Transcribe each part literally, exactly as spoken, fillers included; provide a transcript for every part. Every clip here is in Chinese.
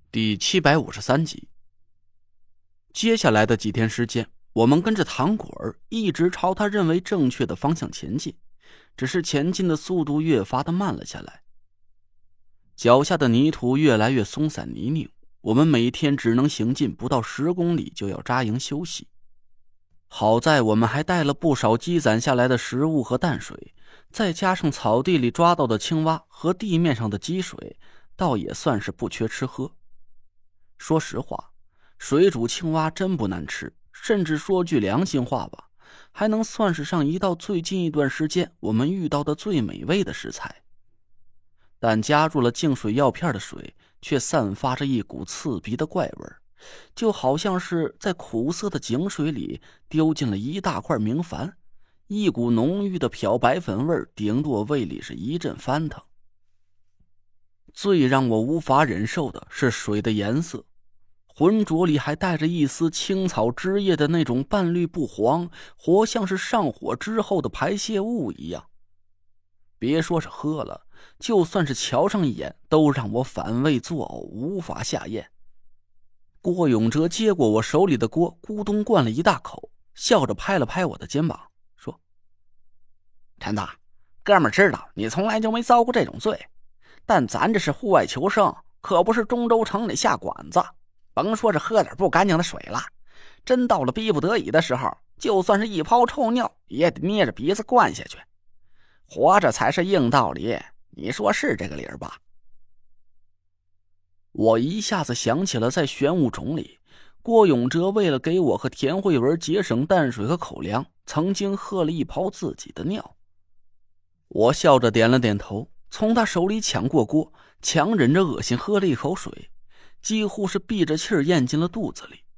第七百五十三集。接下来的几天时间，我们跟着糖果儿一直朝他认为正确的方向前进，只是前进的速度越发的慢了下来。脚下的泥土越来越松散泥泞，我们每天只能行进不到十公里就要扎营休息。好在我们还带了不少积攒下来的食物和淡水，再加上草地里抓到的青蛙和地面上的积水，倒也算是不缺吃喝。说实话，水煮青蛙真不难吃，甚至说句良心话吧，还能算是上一道最近一段时间我们遇到的最美味的食材。但加入了净水药片的水却散发着一股刺鼻的怪味，就好像是在苦涩的井水里丢进了一大块明矾，一股浓郁的漂白粉味顶落胃里是一阵翻腾。最让我无法忍受的是水的颜色，浑浊里还带着一丝青草汁液的那种半绿不黄，活像是上火之后的排泄物一样。别说是喝了，就算是瞧上一眼都让我反胃作呕，无法下咽。郭永哲接过我手里的锅，咕咚灌了一大口，笑着拍了拍我的肩膀说：陈子，哥们儿知道你从来就没遭过这种罪，但咱这是户外求生，可不是中州城里下馆子，甭说是喝点不干净的水了，真到了逼不得已的时候，就算是一泡臭尿也得捏着鼻子灌下去。活着才是硬道理，你说是这个理儿吧？我一下子想起了在玄武冢里，郭永哲为了给我和田慧文节省淡水和口粮，曾经喝了一泡自己的尿。我笑着点了点头，从他手里抢过锅，强忍着恶心喝了一口水，几乎是闭着气儿咽进了肚子里。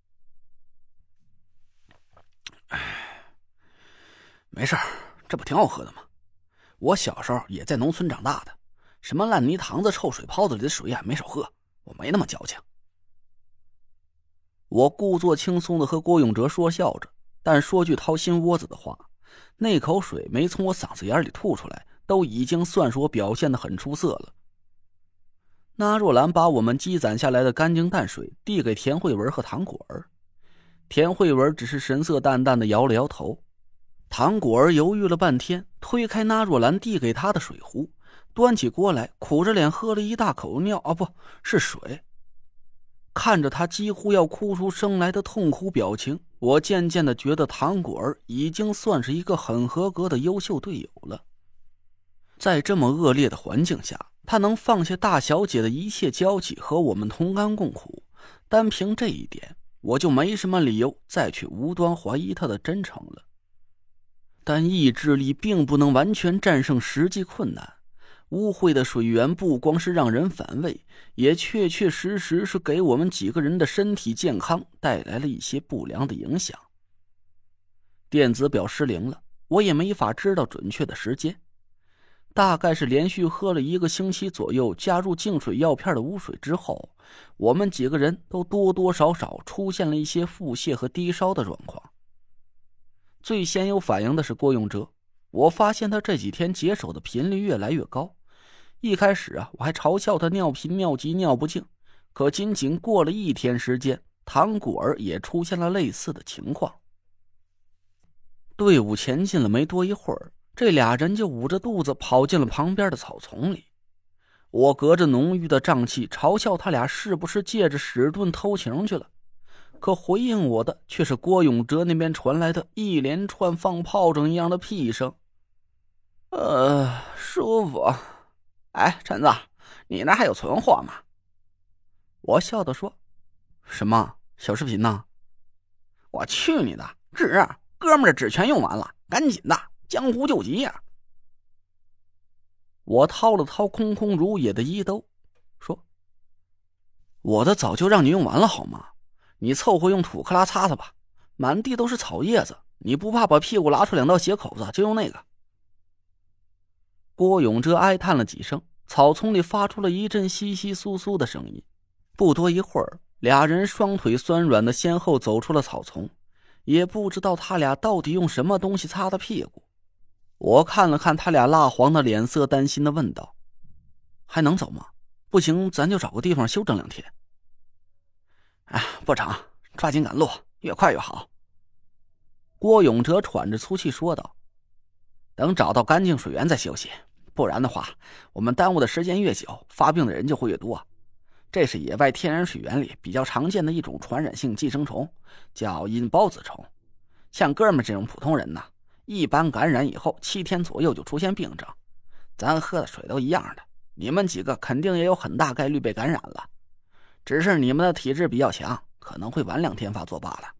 没事儿，这不挺好喝的吗？我小时候也在农村长大的，什么烂泥塘子、臭水泡子里的水也没少喝，我没那么矫情。我故作轻松地和郭永哲说笑着，但说句掏心窝子的话，那口水没从我嗓子眼里吐出来，都已经算是我表现得很出色了。那若兰把我们积攒下来的干净淡水递给田慧文和糖果儿，田慧文只是神色淡淡地摇了摇头。糖果儿犹豫了半天，推开那若兰递给他的水壶，端起锅来，苦着脸喝了一大口尿，啊，不是水。看着他几乎要哭出声来的痛苦表情，我渐渐地觉得糖果儿已经算是一个很合格的优秀队友了。在这么恶劣的环境下，他能放下大小姐的一切娇气和我们同甘共苦，单凭这一点，我就没什么理由再去无端怀疑他的真诚了。但意志力并不能完全战胜实际困难，污秽的水源不光是让人反胃，也确确实实是给我们几个人的身体健康带来了一些不良的影响。电子表失灵了，我也没法知道准确的时间，大概是连续喝了一个星期左右加入净水药片的污水之后，我们几个人都多多少少出现了一些腹泻和低烧的状况。最先有反应的是郭永哲，我发现他这几天解手的频率越来越高。一开始啊，我还嘲笑他尿频尿急尿不尽，可仅仅过了一天时间，糖果儿也出现了类似的情况。队伍前进了没多一会儿，这俩人就捂着肚子跑进了旁边的草丛里。我隔着浓郁的瘴气嘲笑他俩是不是借着史顿偷情去了，可回应我的却是郭永哲那边传来的一连串放炮仗一样的屁声。呃，舒服。哎，陈子，你那还有存货吗？我笑着说。什么小视频呢？我去你的纸，哥们儿的纸全用完了，赶紧的，江湖救急呀！我掏了掏空空如也的衣兜，说：我的早就让你用完了好吗？你凑合用土克拉擦擦吧，满地都是草叶子，你不怕把屁股拉出两道血口子，就用那个。郭永哲哀叹了几声，草丛里发出了一阵窸窸窣窣的声音。不多一会儿，俩人双腿酸软的先后走出了草丛，也不知道他俩到底用什么东西擦的屁股。我看了看他俩蜡黄的脸色，担心的问道：还能走吗？不行咱就找个地方休整两天。 啊，不成，抓紧赶路，越快越好。郭永哲喘着粗气说道。等找到干净水源再休息，不然的话，我们耽误的时间越久，发病的人就会越多。这是野外天然水源里比较常见的一种传染性寄生虫，叫隐孢子虫。像哥们这种普通人呢，一般感染以后七天左右就出现病症。咱喝的水都一样的，你们几个肯定也有很大概率被感染了，只是你们的体质比较强，可能会晚两天发作罢了。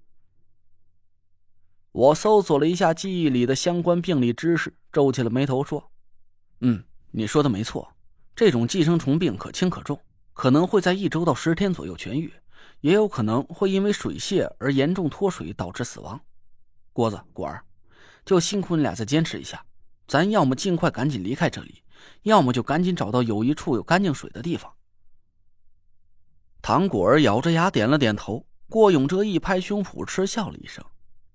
我搜索了一下记忆里的相关病例知识，皱起了眉头说：嗯，你说的没错，这种寄生虫病可轻可重，可能会在一周到十天左右痊愈，也有可能会因为水泄而严重脱水导致死亡。郭子、果儿，就辛苦你俩再坚持一下，咱要么尽快赶紧离开这里，要么就赶紧找到有一处有干净水的地方。唐果儿咬着牙点了点头，郭永哲一拍胸脯嗤笑了一声：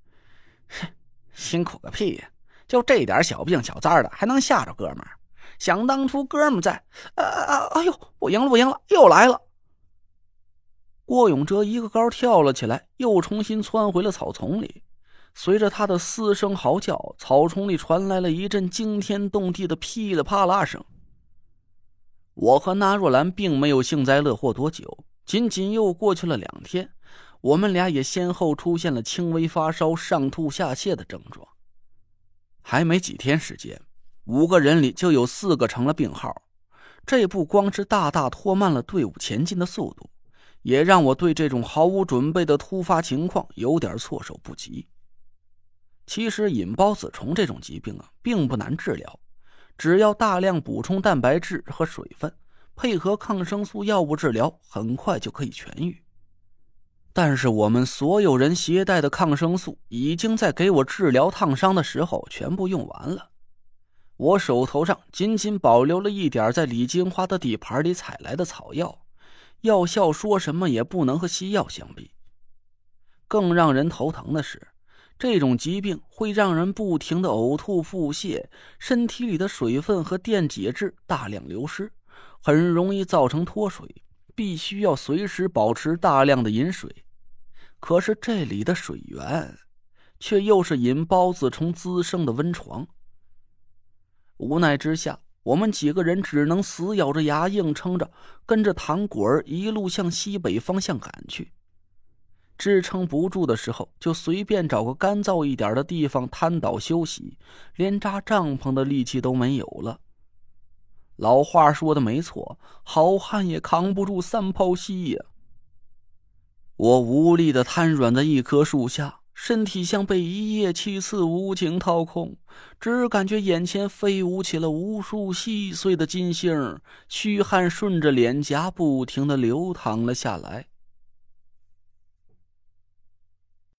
辛苦个屁呀！就这点小病小灾的还能吓着哥们儿？想当初哥们儿在……啊啊！哎呦，不赢了不赢了，又来了！郭永哲一个高跳了起来，又重新窜回了草丛里。随着他的嘶声嚎叫，草丛里传来了一阵惊天动地的噼里啪啦声。我和纳若兰并没有幸灾乐祸多久，仅仅又过去了两天，我们俩也先后出现了轻微发烧、上吐下泻的症状。还没几天时间，五个人里就有四个成了病号，这不光是大大拖慢了队伍前进的速度，也让我对这种毫无准备的突发情况有点措手不及。其实隐孢子虫这种疾病啊，并不难治疗，只要大量补充蛋白质和水分，配合抗生素药物治疗，很快就可以痊愈。但是我们所有人携带的抗生素已经在给我治疗烫伤的时候全部用完了，我手头上仅仅保留了一点在李金花的地盘里采来的草药，药效说什么也不能和西药相比。更让人头疼的是，这种疾病会让人不停的呕吐腹泻，身体里的水分和电解质大量流失，很容易造成脱水，必须要随时保持大量的饮水。可是这里的水源却又是隐孢子虫滋生的温床。无奈之下，我们几个人只能死咬着牙硬撑着，跟着唐果儿一路向西北方向赶去。支撑不住的时候，就随便找个干燥一点的地方瘫倒休息，连扎帐篷的力气都没有了。老话说的没错，好汉也扛不住三泡稀呀。我无力地瘫软在一棵树下，身体像被一叶七刺无情掏空，只感觉眼前飞舞起了无数细碎的金星，虚汗顺着脸颊不停地流淌了下来。